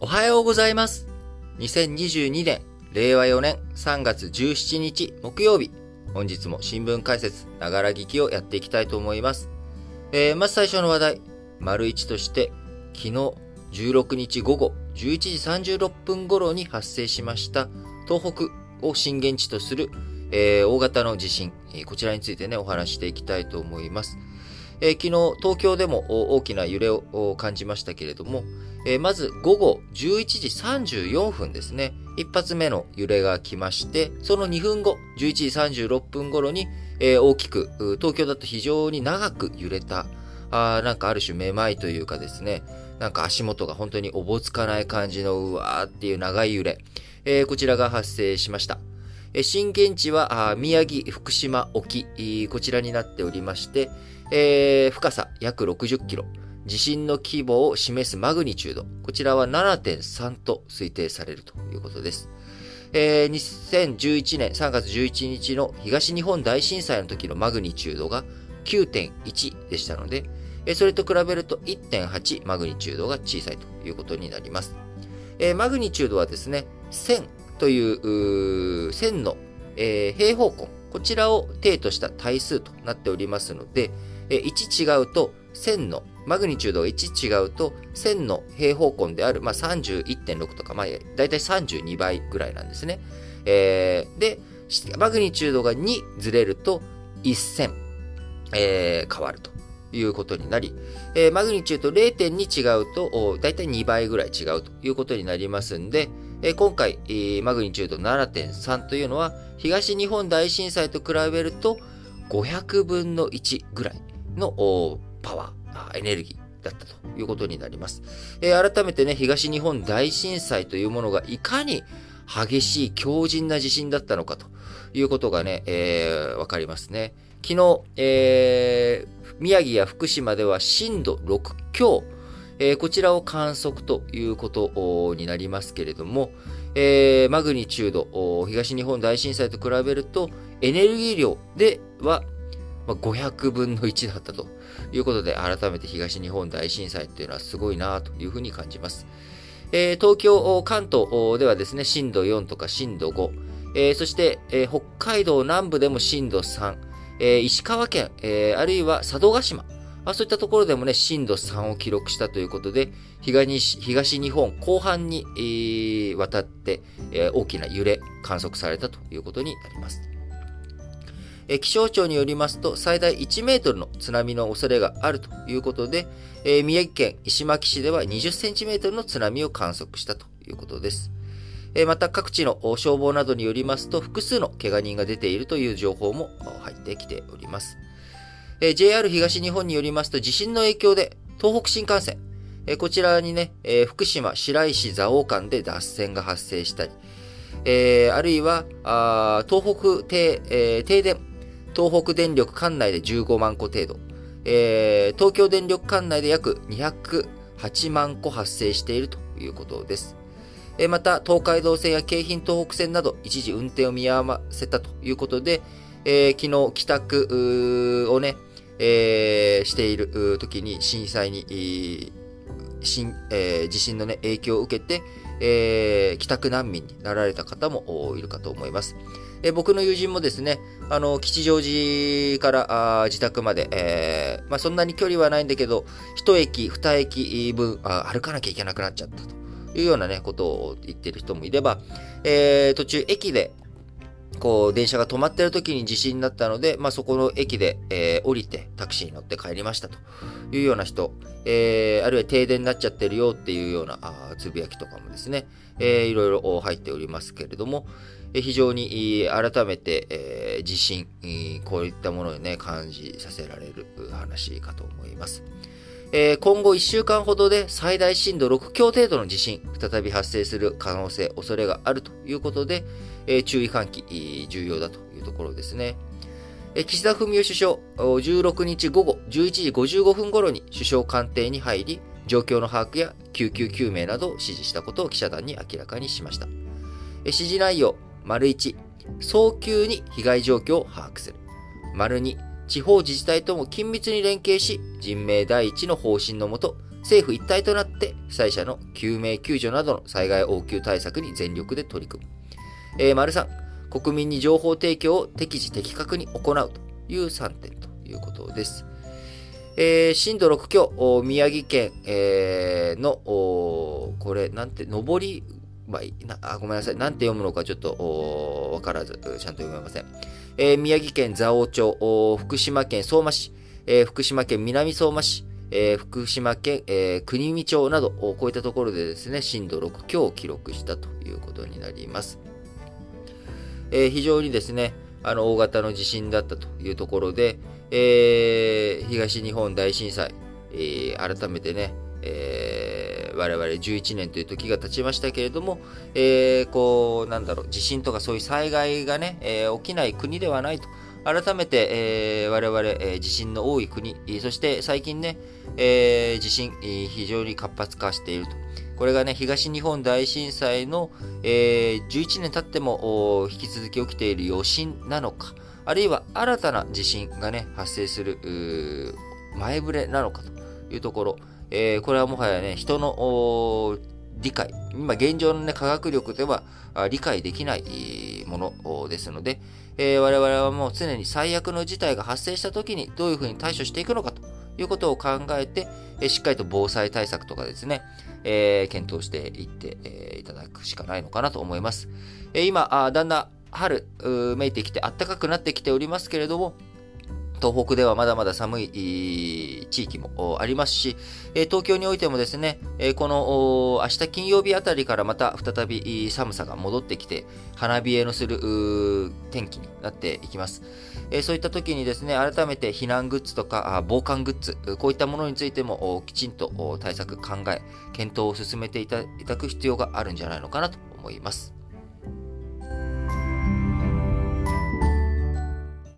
おはようございます。2022年令和4年3月17日木曜日。本日も新聞解説、ながら聞きをやっていきたいと思います。まず最初の話題、丸1として、昨日16日午後11時36分頃に発生しました東北を震源地とする、大型の地震、こちらについてね、お話していきたいと思います。昨日東京でも大きな揺れを感じましたけれども、まず午後11時34分ですね、一発目の揺れが来まして、その2分後、11時36分頃に、大きく、東京だと非常に長く揺れた、なんかある種めまいというかですね、なんか足元が本当におぼつかない感じのうわーっていう長い揺れ、こちらが発生しました。震源地は宮城、福島沖、こちらになっておりまして、深さ約60キロ、地震の規模を示すマグニチュード、こちらは 7.3 と推定されるということです。2011年3月11日の東日本大震災の時のマグニチュードが 9.1 でしたので、それと比べると 1.8 マグニチュードが小さいということになります。マグニチュードはですね、1000という1000の、平方根、こちらを定とした対数となっておりますので、1違うと1000のマグニチュードが1違うと1000の平方根である、31.6 とか、だいたい32倍ぐらいなんですね。で、マグニチュードが2ずれると1000、変わるということになり、マグニチュード 0.2 違うとだいたい2倍ぐらい違うということになりますんで、今回、マグニチュード 7.3 というのは東日本大震災と比べると500分の1ぐらいのパワー、エネルギーだったということになります。改めてね、東日本大震災というものがいかに激しい強靭な地震だったのかということがね、わかりますね。昨日、宮城や福島では震度6強、こちらを観測ということになりますけれども、マグニチュード、東日本大震災と比べるとエネルギー量では500分の1だったということで、改めて東日本大震災というのはすごいなというふうに感じます。東京、関東ではですね、震度4とか震度5、そして、北海道南部でも震度3、石川県、あるいは佐渡島、そういったところでもね、震度3を記録したということで、東日本広範に、わたって、大きな揺れ観測されたということになります。気象庁によりますと、最大1メートルの津波の恐れがあるということで、宮城県石巻市では20センチメートルの津波を観測したということです。また各地の消防などによりますと、複数の怪我人が出ているという情報も入ってきております。JR 東日本によりますと、地震の影響で東北新幹線、こちらにね、福島白石蔵王間で脱線が発生したり、あるいは東北停電、東北電力管内で15万個程度、東京電力管内で約208万個発生しているということです。また東海道線や京浜東北線など一時運転を見合わせたということで、昨日帰宅をね、している時に震災に、地震のね、影響を受けて、帰宅難民になられた方もいるかと思います。僕の友人もですね、吉祥寺から自宅まで、そんなに距離はないんだけど、1駅、2駅分歩かなきゃいけなくなっちゃったというようなね、ことを言っている人もいれば、途中駅で、電車が止まっている時に地震になったので、そこの駅で、降りてタクシーに乗って帰りましたというような人、あるいは停電になっちゃってるよっていうようなつぶやきとかもですね、いろいろ入っておりますけれども、非常に改めて、地震、こういったものをね、感じさせられる話かと思います。今後1週間ほどで最大震度6強程度の地震、再び発生する可能性、恐れがあるということで、注意喚起、重要だというところですね。岸田文雄首相、16日午後11時55分頃に首相官邸に入り、状況の把握や救急救命などを指示したことを記者団に明らかにしました。指示内容、1、早急に被害状況を把握する。2、地方自治体とも緊密に連携し、人命第一の方針のもと、 政府一体となって被災者の救命救助などの災害応急対策に全力で取り組む。丸3、国民に情報提供を適時的確に行うという3点ということです。震度6強、宮城県、の、これ、上り、ごめんなさい。なんて読むのかちょっと、わからず、ちゃんと読めません。宮城県蔵王町、福島県相馬市、福島県南相馬市、福島県、国見町など、こういったところでですね、震度6強を記録したということになります。非常にですね、大型の地震だったというところで、東日本大震災、改めてね、我々11年という時が経ちましたけれども、地震とかそういう災害がね、起きない国ではないと。改めて、我々、地震の多い国、そして最近ね、地震、非常に活発化していると。これがね、東日本大震災の、11年経っても引き続き起きている余震なのか、あるいは新たな地震がね、発生する前触れなのかというところ、これはもはやね、人の理解、今現状のね、科学力では理解できないものですので、我々はもう常に最悪の事態が発生した時にどういうふうに対処していくのかということを考えて、しっかりと防災対策とかですね、検討していっていただくしかないのかなと思います。今、だんだん春めいてきて暖かくなってきておりますけれども、東北ではまだまだ寒い地域もありますし、東京においてもですね、この明日金曜日あたりからまた再び寒さが戻ってきて、花冷えのする天気になっていきます。そういった時にですね、改めて避難グッズとか防寒グッズ、こういったものについてもきちんと対策考え、検討を進めていただく必要があるんじゃないのかなと思います。